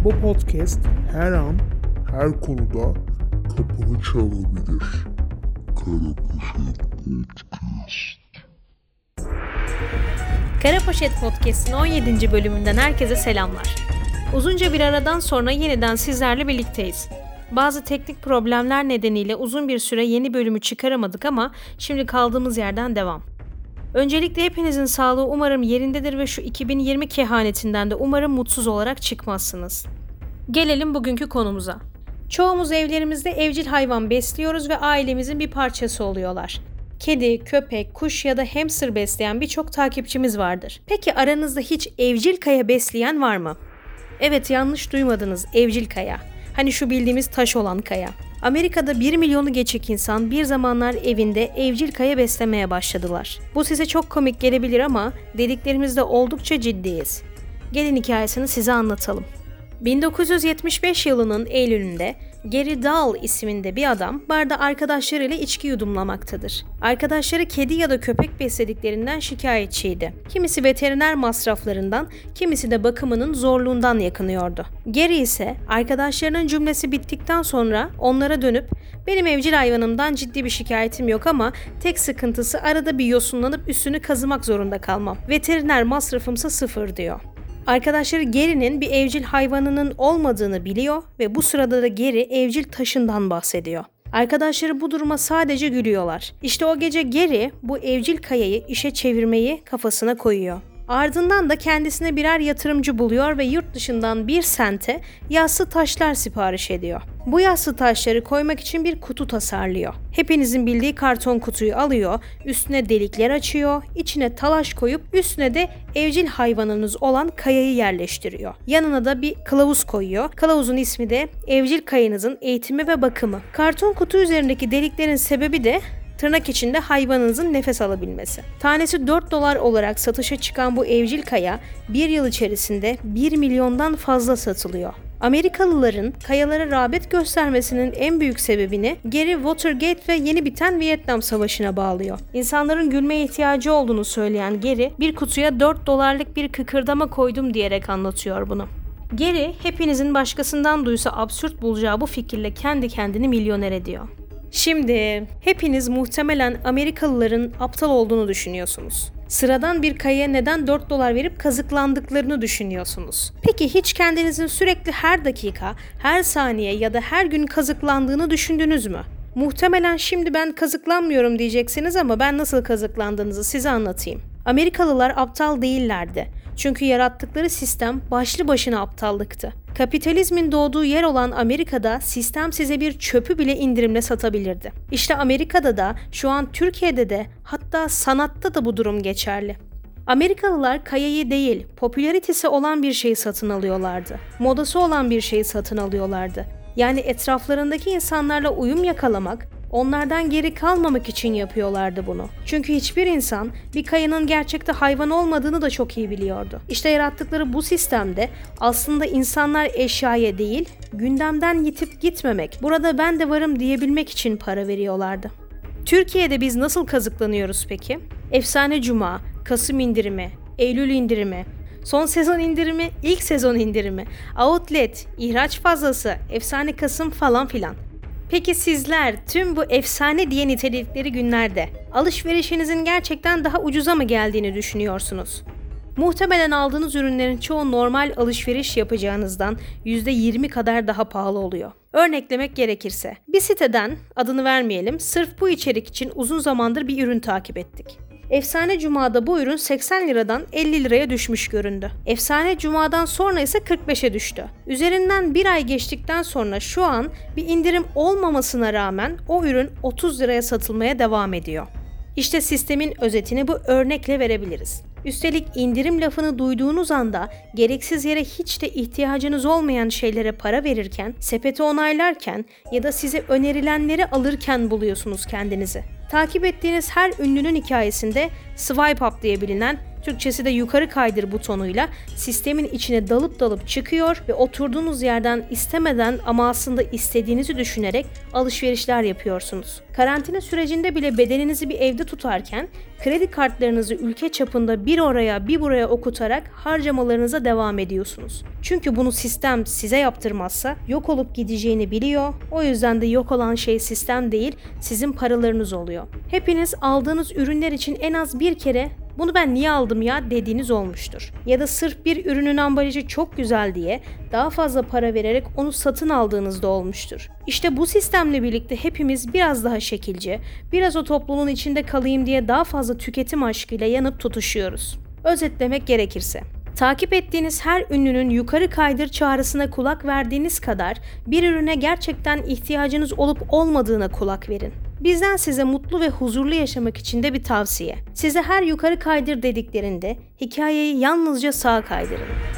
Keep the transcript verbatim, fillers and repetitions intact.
Bu podcast her an, her konuda kapını çalabilir. Kara Poşet Podcast'in on yedinci bölümünden herkese selamlar. Uzunca bir aradan sonra yeniden sizlerle birlikteyiz. Bazı teknik problemler nedeniyle uzun bir süre yeni bölümü çıkaramadık ama şimdi kaldığımız yerden devam. Öncelikle hepinizin sağlığı umarım yerindedir ve şu iki bin yirmi kehanetinden de umarım mutsuz olarak çıkmazsınız. Gelelim bugünkü konumuza. Çoğumuz evlerimizde evcil hayvan besliyoruz ve ailemizin bir parçası oluyorlar. Kedi, köpek, kuş ya da hamster besleyen birçok takipçimiz vardır. Peki aranızda hiç evcil kaya besleyen var mı? Evet, yanlış duymadınız, evcil kaya. Hani şu bildiğimiz taş olan kaya. Amerika'da bir milyonu geçik insan bir zamanlar evinde evcil kaya beslemeye başladılar. Bu size çok komik gelebilir ama dediklerimizde oldukça ciddiyiz. Gelin hikayesini size anlatalım. bin dokuz yüz yetmiş beş yılının Eylül'ünde Gary Dahl isminde bir adam barda arkadaşlarıyla içki yudumlamaktadır. Arkadaşları kedi ya da köpek beslediklerinden şikayetçiydi. Kimisi veteriner masraflarından, kimisi de bakımının zorluğundan yakınıyordu. Gary ise arkadaşlarının cümlesi bittikten sonra onlara dönüp "Benim evcil hayvanımdan ciddi bir şikayetim yok ama tek sıkıntısı arada bir yosunlanıp üstünü kazımak zorunda kalmam. Veteriner masrafımsa sıfır" diyor. Arkadaşları Gary'nin bir evcil hayvanının olmadığını biliyor ve bu sırada da Gary evcil taşından bahsediyor. Arkadaşları bu duruma sadece gülüyorlar. İşte o gece Gary bu evcil kayayı işe çevirmeyi kafasına koyuyor. Ardından da kendisine birer yatırımcı buluyor ve yurt dışından bir sente yassı taşlar sipariş ediyor. Bu yassı taşları koymak için bir kutu tasarlıyor. Hepinizin bildiği karton kutuyu alıyor, üstüne delikler açıyor, içine talaş koyup üstüne de evcil hayvanınız olan kayayı yerleştiriyor. Yanına da bir kılavuz koyuyor. Kılavuzun ismi de evcil kayanızın eğitimi ve bakımı. Karton kutu üzerindeki deliklerin sebebi de tırnak içinde hayvanınızın nefes alabilmesi. Tanesi dört dolar olarak satışa çıkan bu evcil kaya bir yıl içerisinde bir milyondan fazla satılıyor. Amerikalıların kayalara rağbet göstermesinin en büyük sebebini Gary Watergate ve yeni biten Vietnam Savaşı'na bağlıyor. İnsanların gülmeye ihtiyacı olduğunu söyleyen Gary, bir kutuya dört dolarlık bir kıkırdama koydum diyerek anlatıyor bunu. Gary, hepinizin başkasından duysa absürt bulacağı bu fikirle kendi kendini milyoner ediyor. Şimdi hepiniz muhtemelen Amerikalıların aptal olduğunu düşünüyorsunuz. Sıradan bir kayaya neden dört dolar verip kazıklandıklarını düşünüyorsunuz. Peki hiç kendinizin sürekli her dakika, her saniye ya da her gün kazıklandığını düşündünüz mü? Muhtemelen şimdi ben kazıklanmıyorum diyeceksiniz ama ben nasıl kazıklandığınızı size anlatayım. Amerikalılar aptal değillerdi. Çünkü yarattıkları sistem başlı başına aptallıktı. Kapitalizmin doğduğu yer olan Amerika'da sistem size bir çöpü bile indirimle satabilirdi. İşte Amerika'da da, şu an Türkiye'de de, hatta sanatta da bu durum geçerli. Amerikalılar kayayı değil, popülaritesi olan bir şeyi satın alıyorlardı. Modası olan bir şeyi satın alıyorlardı. Yani etraflarındaki insanlarla uyum yakalamak, onlardan geri kalmamak için yapıyorlardı bunu. Çünkü hiçbir insan bir kayanın gerçekte hayvan olmadığını da çok iyi biliyordu. İşte yarattıkları bu sistemde aslında insanlar eşyaya değil, gündemden yitip gitmemek, burada ben de varım diyebilmek için para veriyorlardı. Türkiye'de biz nasıl kazıklanıyoruz peki? Efsane Cuma, Kasım indirimi, Eylül indirimi, son sezon indirimi, ilk sezon indirimi, outlet, ihraç fazlası, efsane Kasım falan filan. Peki sizler tüm bu efsane diye niteledikleri günlerde alışverişinizin gerçekten daha ucuza mı geldiğini düşünüyorsunuz? Muhtemelen aldığınız ürünlerin çoğu normal alışveriş yapacağınızdan yüzde yirmi kadar daha pahalı oluyor. Örneklemek gerekirse, bir siteden, adını vermeyelim, sırf bu içerik için uzun zamandır bir ürün takip ettik. Efsane Cuma'da bu ürün seksen liradan elli liraya düşmüş göründü. Efsane Cuma'dan sonra ise kırk beşe düştü. Üzerinden bir ay geçtikten sonra şu an bir indirim olmamasına rağmen o ürün otuz liraya satılmaya devam ediyor. İşte sistemin özetini bu örnekle verebiliriz. Üstelik indirim lafını duyduğunuz anda gereksiz yere hiç de ihtiyacınız olmayan şeylere para verirken, sepeti onaylarken ya da size önerilenleri alırken buluyorsunuz kendinizi. Takip ettiğiniz her ünlünün hikayesinde swipe up diye bilinen Türkçesi de yukarı kaydır butonuyla sistemin içine dalıp dalıp çıkıyor ve oturduğunuz yerden istemeden ama aslında istediğinizi düşünerek alışverişler yapıyorsunuz. Karantina sürecinde bile bedeninizi bir evde tutarken kredi kartlarınızı ülke çapında bir oraya bir buraya okutarak harcamalarınıza devam ediyorsunuz. Çünkü bunu sistem size yaptırmazsa yok olup gideceğini biliyor. O yüzden de yok olan şey sistem değil, sizin paralarınız oluyor. Hepiniz aldığınız ürünler için en az bir kere "Bunu ben niye aldım ya?" dediğiniz olmuştur. Ya da sırf bir ürünün ambalajı çok güzel diye daha fazla para vererek onu satın aldığınız da olmuştur. İşte bu sistemle birlikte hepimiz biraz daha şekilci, biraz o toplumun içinde kalayım diye daha fazla tüketim aşkıyla yanıp tutuşuyoruz. Özetlemek gerekirse, takip ettiğiniz her ünlünün yukarı kaydır çağrısına kulak verdiğiniz kadar bir ürüne gerçekten ihtiyacınız olup olmadığına kulak verin. Bizden size mutlu ve huzurlu yaşamak için de bir tavsiye. Size her yukarı kaydır dediklerinde hikayeyi yalnızca sağa kaydırın.